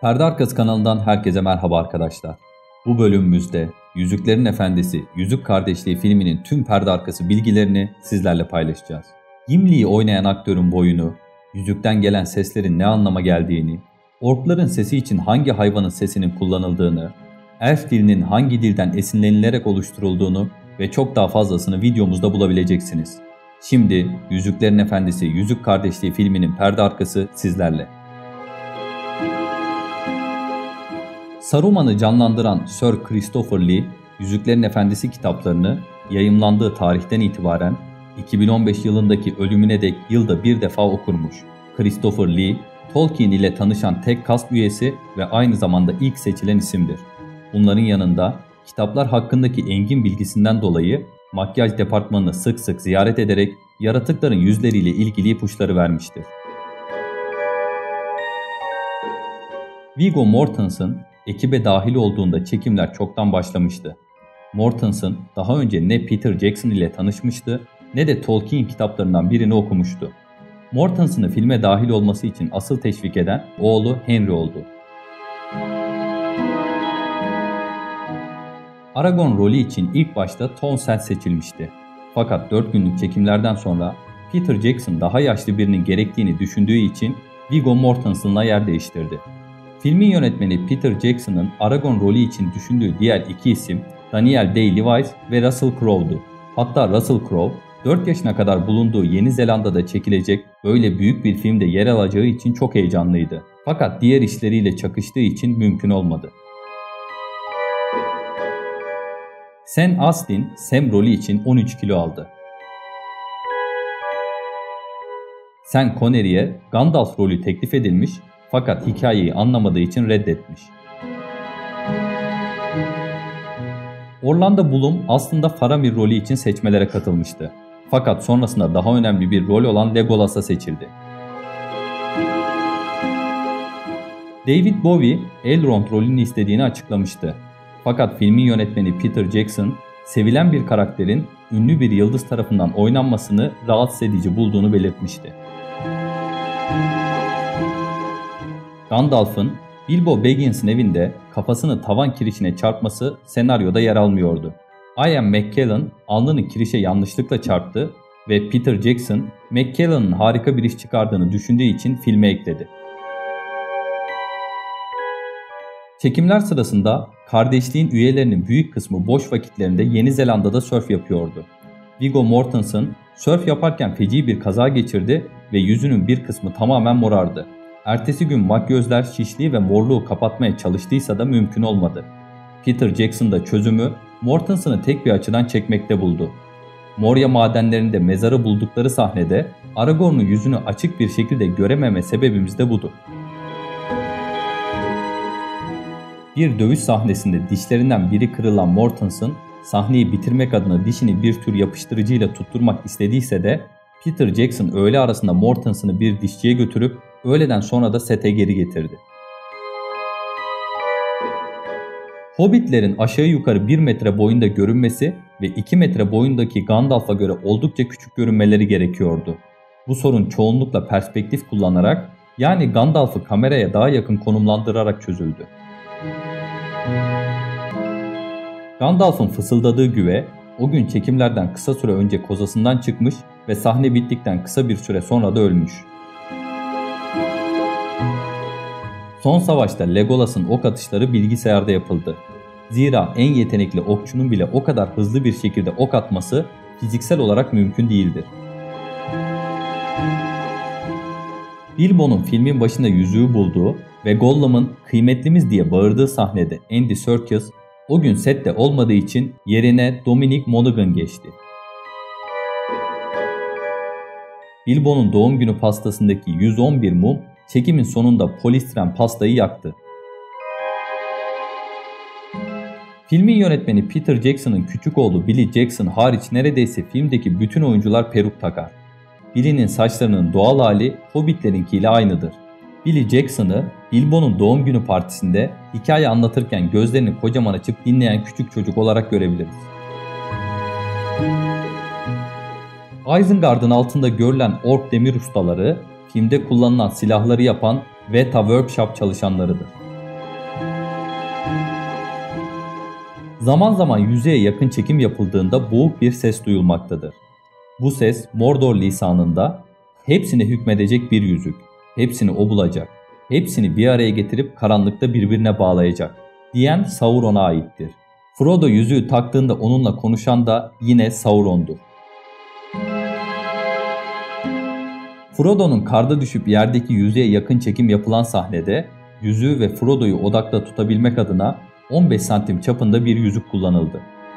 Perde Arkası kanalından herkese merhaba arkadaşlar. Bu bölümümüzde Yüzüklerin Efendisi Yüzük Kardeşliği filminin tüm perde arkası bilgilerini sizlerle paylaşacağız. Gimli'yi oynayan aktörün boyunu, yüzükten gelen seslerin ne anlama geldiğini, orkların sesi için hangi hayvanın sesinin kullanıldığını, elf dilinin hangi dilden esinlenilerek oluşturulduğunu ve çok daha fazlasını videomuzda bulabileceksiniz. Şimdi Yüzüklerin Efendisi Yüzük Kardeşliği filminin perde arkası sizlerle. Saruman'ı canlandıran Sir Christopher Lee, Yüzüklerin Efendisi kitaplarını yayımlandığı tarihten itibaren 2015 yılındaki ölümüne dek yılda bir defa okurmuş. Christopher Lee, Tolkien ile tanışan tek kast üyesi ve aynı zamanda ilk seçilen isimdir. Bunların yanında kitaplar hakkındaki engin bilgisinden dolayı makyaj departmanını sık sık ziyaret ederek yaratıkların yüzleriyle ilgili ipuçları vermiştir. Viggo Mortensen ekibe dahil olduğunda çekimler çoktan başlamıştı. Mortensen daha önce ne Peter Jackson ile tanışmıştı ne de Tolkien kitaplarından birini okumuştu. Mortensen'ı filme dahil olması için asıl teşvik eden oğlu Henry oldu. Aragorn rolü için ilk başta Townsend seçilmişti. Fakat 4 günlük çekimlerden sonra Peter Jackson daha yaşlı birinin gerektiğini düşündüğü için Viggo Mortensen'la yer değiştirdi. Filmin yönetmeni Peter Jackson'ın Aragorn rolü için düşündüğü diğer iki isim Daniel Day-Lewis ve Russell Crowe'du. Hatta Russell Crowe 4 yaşına kadar bulunduğu Yeni Zelanda'da çekilecek böyle büyük bir filmde yer alacağı için çok heyecanlıydı. Fakat diğer işleriyle çakıştığı için mümkün olmadı. Sean Astin, Sam rolü için 13 kilo aldı. Sean Connery'e Gandalf rolü teklif edilmiş fakat hikayeyi anlamadığı için reddetmiş. Orlando Bloom aslında Faramir rolü için seçmelere katılmıştı. Fakat sonrasında daha önemli bir rol olan Legolas'a seçildi. David Bowie, Elrond rolünü istediğini açıklamıştı. Fakat filmin yönetmeni Peter Jackson, sevilen bir karakterin ünlü bir yıldız tarafından oynanmasını rahatsız edici bulduğunu belirtmişti. Gandalf'ın Bilbo Baggins'in evinde kafasını tavan kirişine çarpması senaryoda yer almıyordu. Ian McKellen alnını kirişe yanlışlıkla çarptı ve Peter Jackson, McKellen'ın harika bir iş çıkardığını düşündüğü için filme ekledi. Çekimler sırasında kardeşliğin üyelerinin büyük kısmı boş vakitlerinde Yeni Zelanda'da sörf yapıyordu. Viggo Mortensen sörf yaparken feci bir kaza geçirdi ve yüzünün bir kısmı tamamen morardı. Ertesi gün makyözler şişliği ve morluğu kapatmaya çalıştıysa da mümkün olmadı. Peter Jackson da çözümü Mortensen'ı tek bir açıdan çekmekte buldu. Moria madenlerinde mezarı buldukları sahnede Aragorn'un yüzünü açık bir şekilde görememe sebebimiz de budur. Bir dövüş sahnesinde dişlerinden biri kırılan Mortensen, sahneyi bitirmek adına dişini bir tür yapıştırıcıyla tutturmak istediyse de Peter Jackson öğle arasında Mortensen'ı bir dişçiye götürüp öğleden sonra da sete geri getirdi. Hobbitlerin aşağı yukarı 1 metre boyunda görünmesi ve 2 metre boyundaki Gandalf'a göre oldukça küçük görünmeleri gerekiyordu. Bu sorun çoğunlukla perspektif kullanarak, yani Gandalf'ı kameraya daha yakın konumlandırarak çözüldü. Gandalf'ın fısıldadığı güve o gün çekimlerden kısa süre önce kozasından çıkmış ve sahne bittikten kısa bir süre sonra da ölmüş. Son savaşta Legolas'ın ok atışları bilgisayarda yapıldı. Zira en yetenekli okçunun bile o kadar hızlı bir şekilde ok atması fiziksel olarak mümkün değildir. Bilbo'nun filmin başında yüzüğü bulduğu ve Gollum'un kıymetlimiz diye bağırdığı sahnede Andy Serkis o gün sette olmadığı için yerine Dominic Monaghan geçti. Bilbo'nun doğum günü pastasındaki 111 mum çekimin sonunda polistiren pastayı yaktı. Filmin yönetmeni Peter Jackson'ın küçük oğlu Billy Jackson hariç neredeyse filmdeki bütün oyuncular peruk takar. Billy'nin saçlarının doğal hali Hobbit'lerinkiyle aynıdır. Billy Jackson'ı Bilbo'nun doğum günü partisinde hikaye anlatırken gözlerini kocaman açıp dinleyen küçük çocuk olarak görebiliriz. Isengard'ın altında görülen ork demir ustaları filmde kullanılan silahları yapan Weta Workshop çalışanlarıdır. Zaman zaman yüzeye yakın çekim yapıldığında boğuk bir ses duyulmaktadır. Bu ses Mordor lisanında hepsine hükmedecek bir yüzük, hepsini o bulacak, hepsini bir araya getirip karanlıkta birbirine bağlayacak diyen Sauron'a aittir. Frodo yüzüğü taktığında onunla konuşan da yine Sauron'dur. Frodo'nun karda düşüp yerdeki yüzeye yakın çekim yapılan sahnede yüzüğü ve Frodo'yu odakta tutabilmek adına 15 santim çapında bir yüzük kullanıldı.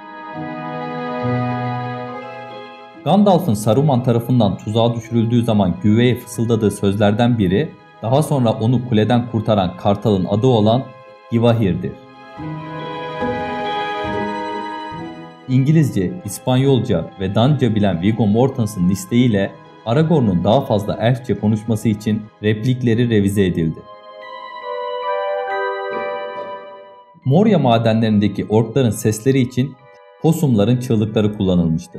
Gandalf'ın Saruman tarafından tuzağa düşürüldüğü zaman güveye fısıldadığı sözlerden biri, daha sonra onu kuleden kurtaran kartalın adı olan Givahir'dir. İngilizce, İspanyolca ve Danca bilen Viggo Mortensen listeğiyle Aragorn'un daha fazla elfçe konuşması için replikleri revize edildi. Moria madenlerindeki orkların sesleri için possumların çığlıkları kullanılmıştır.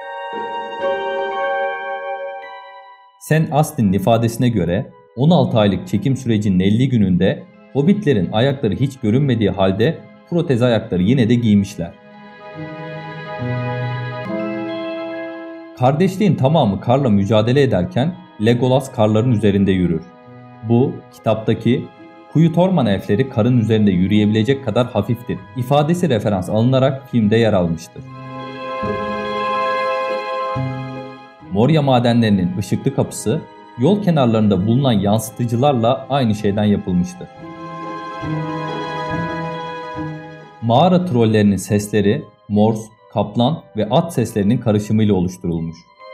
Sen Astin'in ifadesine göre 16 aylık çekim sürecinin 50 gününde hobbitlerin ayakları hiç görünmediği halde protez ayakları yine de giymişler. Kardeşliğin tamamı karla mücadele ederken Legolas karların üzerinde yürür. Bu, kitaptaki "Kuyu Torman elfleri karın üzerinde yürüyebilecek kadar hafiftir" ifadesi referans alınarak filmde yer almıştır. Moria madenlerinin ışıklı kapısı, yol kenarlarında bulunan yansıtıcılarla aynı şeyden yapılmıştır. Mağara trollerinin sesleri, Morse, kaplan ve at seslerinin karışımıyla oluşturulmuş.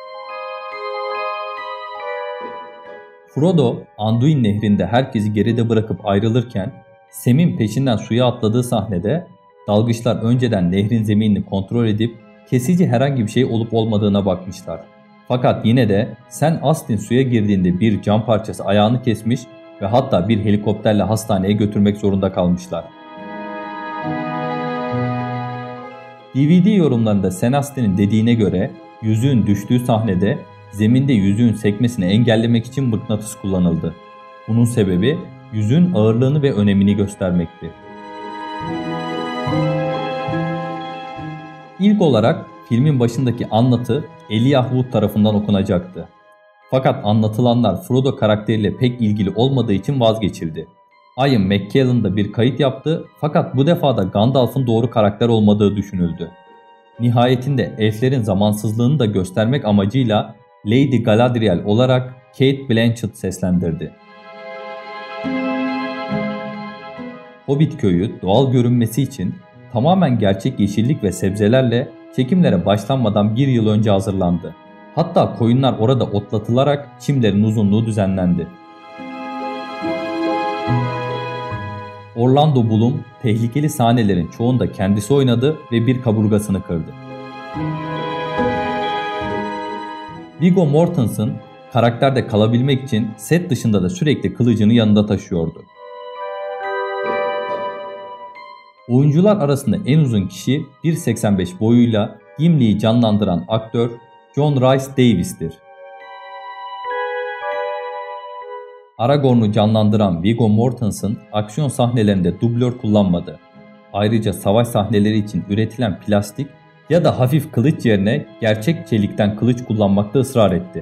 Frodo, Anduin nehrinde herkesi geride bırakıp ayrılırken Sam'in peşinden suya atladığı sahnede dalgıçlar önceden nehrin zeminini kontrol edip kesici herhangi bir şey olup olmadığına bakmışlar. Fakat yine de Sam Astin suya girdiğinde bir cam parçası ayağını kesmiş ve hatta bir helikopterle hastaneye götürmek zorunda kalmışlar. DVD yorumlarında Sam Astin'in dediğine göre yüzüğün düştüğü sahnede zeminde yüzüğün sekmesini engellemek için mıknatıs kullanıldı. Bunun sebebi yüzüğün ağırlığını ve önemini göstermekti. İlk olarak filmin başındaki anlatı Elijah Wood tarafından okunacaktı. Fakat anlatılanlar Frodo karakteriyle pek ilgili olmadığı için vazgeçildi. Ian McKellen da bir kayıt yaptı fakat bu defa da Gandalf'ın doğru karakter olmadığı düşünüldü. Nihayetinde elflerin zamansızlığını da göstermek amacıyla Lady Galadriel olarak Cate Blanchett seslendirdi. Hobbit köyü doğal görünmesi için tamamen gerçek yeşillik ve sebzelerle çekimlere başlanmadan bir yıl önce hazırlandı. Hatta koyunlar orada otlatılarak çimlerin uzunluğu düzenlendi. Orlando Bloom tehlikeli sahnelerin çoğunda kendisi oynadı ve bir kaburgasını kırdı. Viggo Mortensen karakterde kalabilmek için set dışında da sürekli kılıcını yanında taşıyordu. Oyuncular arasında en uzun kişi 1.85 boyuyla Gimli'yi canlandıran aktör John Rhys Davies'tir. Aragorn'u canlandıran Viggo Mortensen aksiyon sahnelerinde dublör kullanmadı. Ayrıca savaş sahneleri için üretilen plastik ya da hafif kılıç yerine gerçek çelikten kılıç kullanmakta ısrar etti.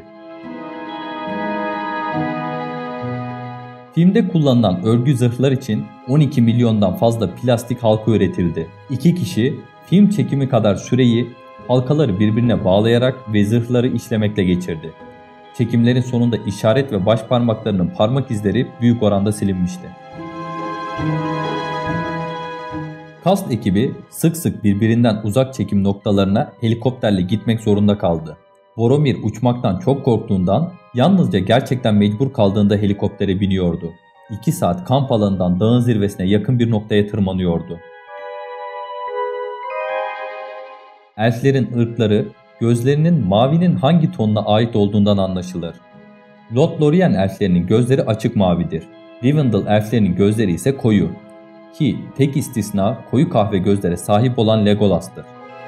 Filmde kullanılan örgü zırhlar için 12 milyondan fazla plastik halka üretildi. İki kişi film çekimi kadar süreyi halkaları birbirine bağlayarak ve zırhları işlemekle geçirdi. Çekimlerin sonunda işaret ve baş parmaklarının parmak izleri büyük oranda silinmişti. Cast ekibi sık sık birbirinden uzak çekim noktalarına helikopterle gitmek zorunda kaldı. Boromir uçmaktan çok korktuğundan yalnızca gerçekten mecbur kaldığında helikoptere biniyordu. 2 saat kamp alanından dağın zirvesine yakın bir noktaya tırmanıyordu. Elflerin ırkları gözlerinin mavinin hangi tonuna ait olduğundan anlaşılır. Lothlorien elflerinin gözleri açık mavidir. Rivendell elflerinin gözleri ise koyu. Ki tek istisna koyu kahve gözlere sahip olan Legolas'tır.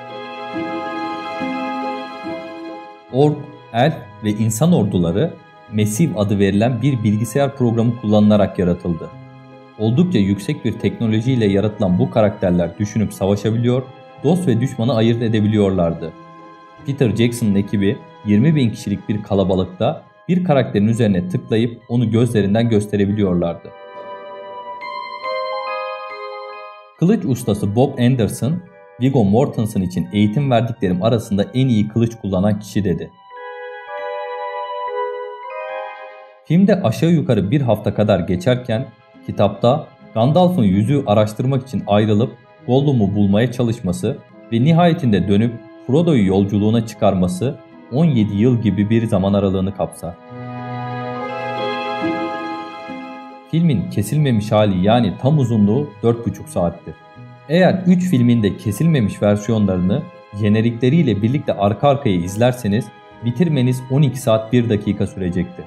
Ork, elf ve insan orduları Mesiv adı verilen bir bilgisayar programı kullanılarak yaratıldı. Oldukça yüksek bir teknolojiyle yaratılan bu karakterler düşünüp savaşabiliyor, dost ve düşmanı ayırt edebiliyorlardı. Peter Jackson'ın ekibi 20.000 kişilik bir kalabalıkta bir karakterin üzerine tıklayıp onu gözlerinden gösterebiliyorlardı. Kılıç ustası Bob Anderson, Viggo Mortensen için eğitim verdiklerim arasında en iyi kılıç kullanan kişi dedi. Filmde aşağı yukarı bir hafta kadar geçerken, kitapta Gandalf'ın yüzüğü araştırmak için ayrılıp Gollum'u bulmaya çalışması ve nihayetinde dönüp Frodo'yu yolculuğuna çıkarması 17 yıl gibi bir zaman aralığını kapsar. Filmin kesilmemiş hali yani tam uzunluğu 4,5 saattir. Eğer 3 filmin de kesilmemiş versiyonlarını jenerikleriyle birlikte arka arkaya izlerseniz bitirmeniz 12 saat 1 dakika sürecektir.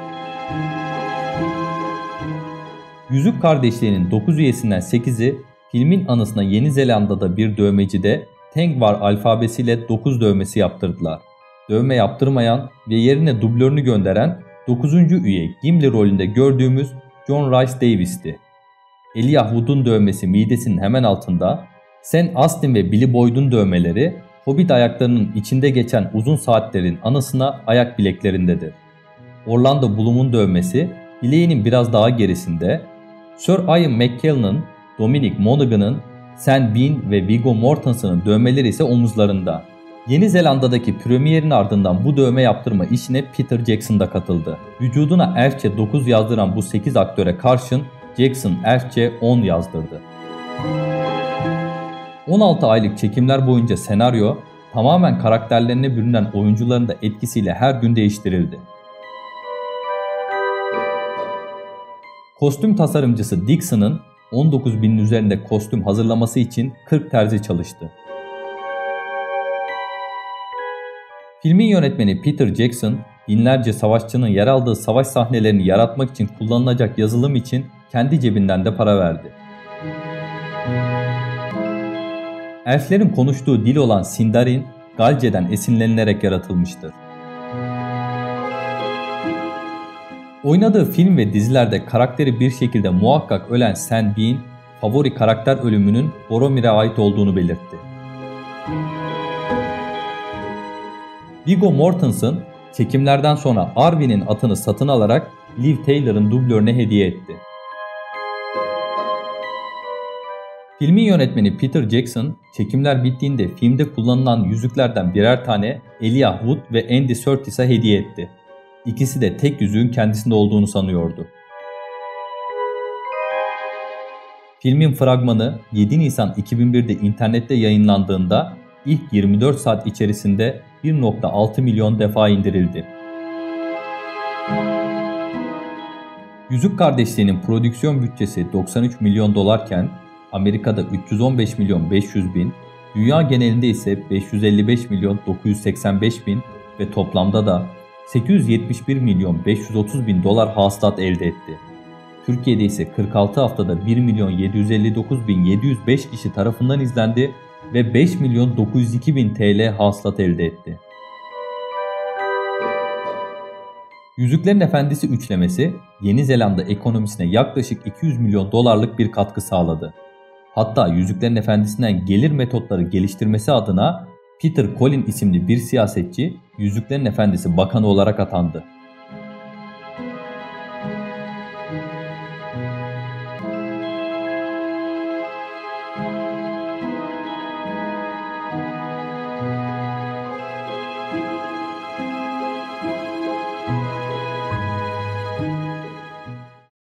Yüzük Kardeşliği'nin 9 üyesinden 8'i filmin anısına Yeni Zelanda'da bir dövmecide Tengvar alfabesiyle 9 dövmesi yaptırdılar. Dövme yaptırmayan ve yerine dublörünü gönderen 9. üye Gimli rolünde gördüğümüz John Rhys Davies'ti. Elijah Wood'un dövmesi midesinin hemen altında, Sean Astin ve Billy Boyd'un dövmeleri Hobbit ayaklarının içinde geçen uzun saatlerin anısına ayak bileklerindedir. Orlando Bloom'un dövmesi bileğinin biraz daha gerisinde, Sir Ian McKellen'ın, Dominic Monaghan'ın, Sean Bean ve Viggo Mortensen'ın dövmeleri ise omuzlarında. Yeni Zelanda'daki premierin ardından bu dövme yaptırma işine Peter Jackson da katıldı. Vücuduna Elfçe 9 yazdıran bu 8 aktöre karşın Jackson Elfçe 10 yazdırdı. 16 aylık çekimler boyunca senaryo tamamen karakterlerine bürünen oyuncuların da etkisiyle her gün değiştirildi. Kostüm tasarımcısı Dixon'ın 19.000'in üzerinde kostüm hazırlaması için 40 terzi çalıştı. Filmin yönetmeni Peter Jackson, binlerce savaşçının yer aldığı savaş sahnelerini yaratmak için kullanılacak yazılım için kendi cebinden de para verdi. Elflerin konuştuğu dil olan Sindarin, Galce'den esinlenilerek yaratılmıştır. Oynadığı film ve dizilerde karakteri bir şekilde muhakkak ölen Sean Bean, favori karakter ölümünün Boromir'e ait olduğunu belirtti. Viggo Mortensen, çekimlerden sonra Arwen'in atını satın alarak Liv Taylor'ın dublörüne hediye etti. Filmin yönetmeni Peter Jackson, çekimler bittiğinde filmde kullanılan yüzüklerden birer tane Elijah Wood ve Andy Serkis'e hediye etti. İkisi de tek yüzüğün kendisinde olduğunu sanıyordu. Filmin fragmanı 7 Nisan 2001'de internette yayınlandığında ilk 24 saat içerisinde 1,6 milyon defa indirildi. Yüzük Kardeşliği'nin prodüksiyon bütçesi 93 milyon dolarken Amerika'da 315 milyon 500 bin, dünya genelinde ise 555 milyon 985 bin ve toplamda da 871 milyon 530 bin dolar hasılat elde etti. Türkiye'de ise 46 haftada 1 milyon 759 bin 705 kişi tarafından izlendi ve 5 milyon 902 bin TL hasılat elde etti. Yüzüklerin Efendisi üçlemesi Yeni Zelanda ekonomisine yaklaşık 200 milyon dolarlık bir katkı sağladı. Hatta Yüzüklerin Efendisi'nden gelir metotları geliştirmesi adına Peter Collin isimli bir siyasetçi Yüzüklerin Efendisi Bakanı olarak atandı.